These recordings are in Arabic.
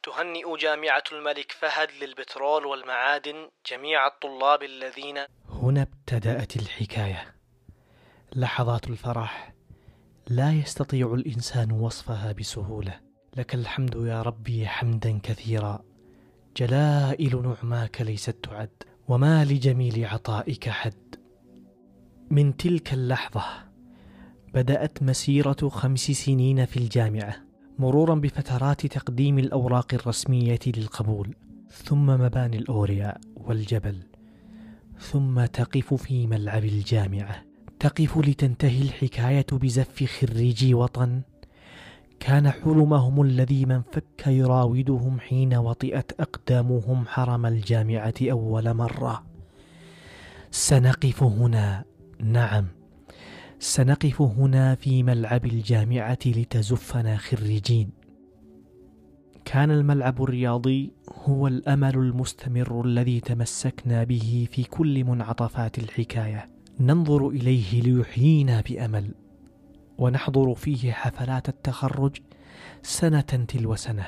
تهنئ جامعة الملك فهد للبترول والمعادن جميع الطلاب الذين. هنا ابتدأت الحكاية. لحظات الفرح لا يستطيع الإنسان وصفها بسهولة. لك الحمد يا ربي حمدا كثيرا، جلائل نعماك ليست تعد، وما لجميل عطائك حد. من تلك اللحظة بدأت مسيرة 5 سنين في الجامعة، مرورا بفترات تقديم الأوراق الرسمية للقبول، ثم مباني الأورياء والجبل، ثم تقف في ملعب الجامعة. تقف لتنتهي الحكاية بزف خريجي وطن كان حلمهم الذي ما انفك يراودهم حين وطئت أقدامهم حرم الجامعة أول مرة. سنقف هنا، نعم سنقف هنا في ملعب الجامعة لتزفنا خريجين. كان الملعب الرياضي هو الأمل المستمر الذي تمسكنا به في كل منعطفات الحكاية، ننظر إليه ليحيينا بأمل، ونحضر فيه حفلات التخرج سنة تلو سنة،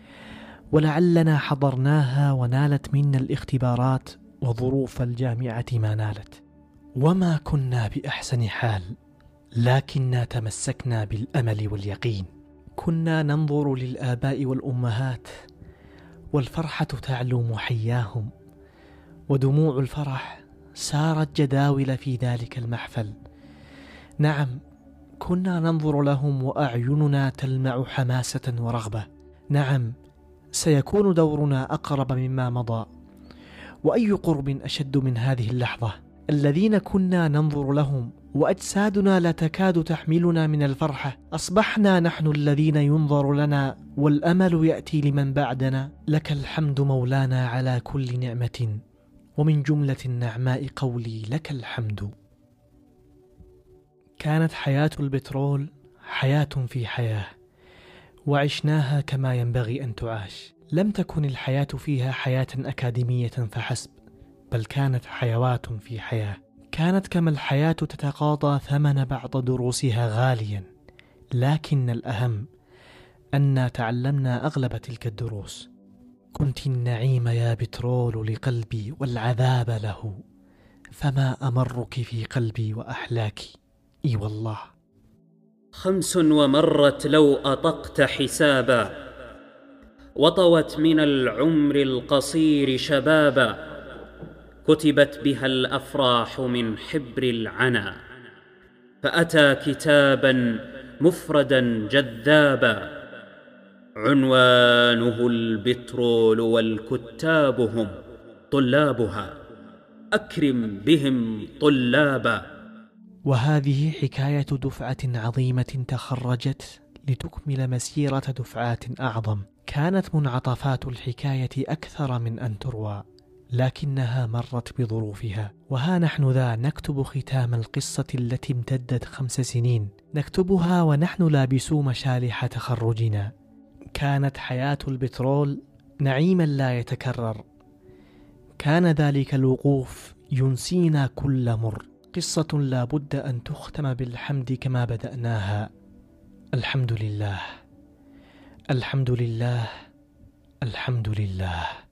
ولعلنا حضرناها ونالت منا الاختبارات وظروف الجامعة ما نالت، وما كنا بأحسن حال، لكننا تمسكنا بالأمل واليقين. كنا ننظر للآباء والأمهات والفرحة تعلو محياهم، ودموع الفرح سارت جداول في ذلك المحفل. نعم كنا ننظر لهم وأعيننا تلمع حماسة ورغبة. نعم سيكون دورنا أقرب مما مضى، وأي قرب أشد من هذه اللحظة. الذين كنا ننظر لهم وأجسادنا لا تكاد تحملنا من الفرحة، أصبحنا نحن الذين ينظر لنا والأمل يأتي لمن بعدنا. لك الحمد مولانا على كل نعمة، ومن جملة النعماء قولي لك الحمد. كانت حياة البترول حياة في حياة، وعشناها كما ينبغي أن تعاش. لم تكن الحياة فيها حياة أكاديمية فحسب، بل كانت حيوات في حياة. كانت كما الحياة تتقاضى ثمن بعض دروسها غاليا، لكن الأهم أن تعلمنا أغلب تلك الدروس. كنت النعيم يا بترول لقلبي والعذاب له، فما أمرك في قلبي وأحلاك. إي والله 5 ومرت لو أطقت حسابا، وطوت من العمر القصير شبابا، كتبت بها الأفراح من حبر العنا، فأتى كتابا مفردا جذابا، عنوانه البترول والكتاب هم طلابها، أكرم بهم طلابا. وهذه حكاية دفعة عظيمة تخرجت لتكمل مسيرة دفعات أعظم. كانت منعطفات الحكاية أكثر من أن تروى، لكنها مرت بظروفها. وها نحن ذا نكتب ختام القصة التي امتدت 5 سنين، نكتبها ونحن لابسو مشالح تخرجنا. كانت حياة البترول نعيما لا يتكرر، كان ذلك الوقوف ينسينا كل مر. قصة لا بد أن تختم بالحمد كما بدأناها. الحمد لله، الحمد لله، الحمد لله.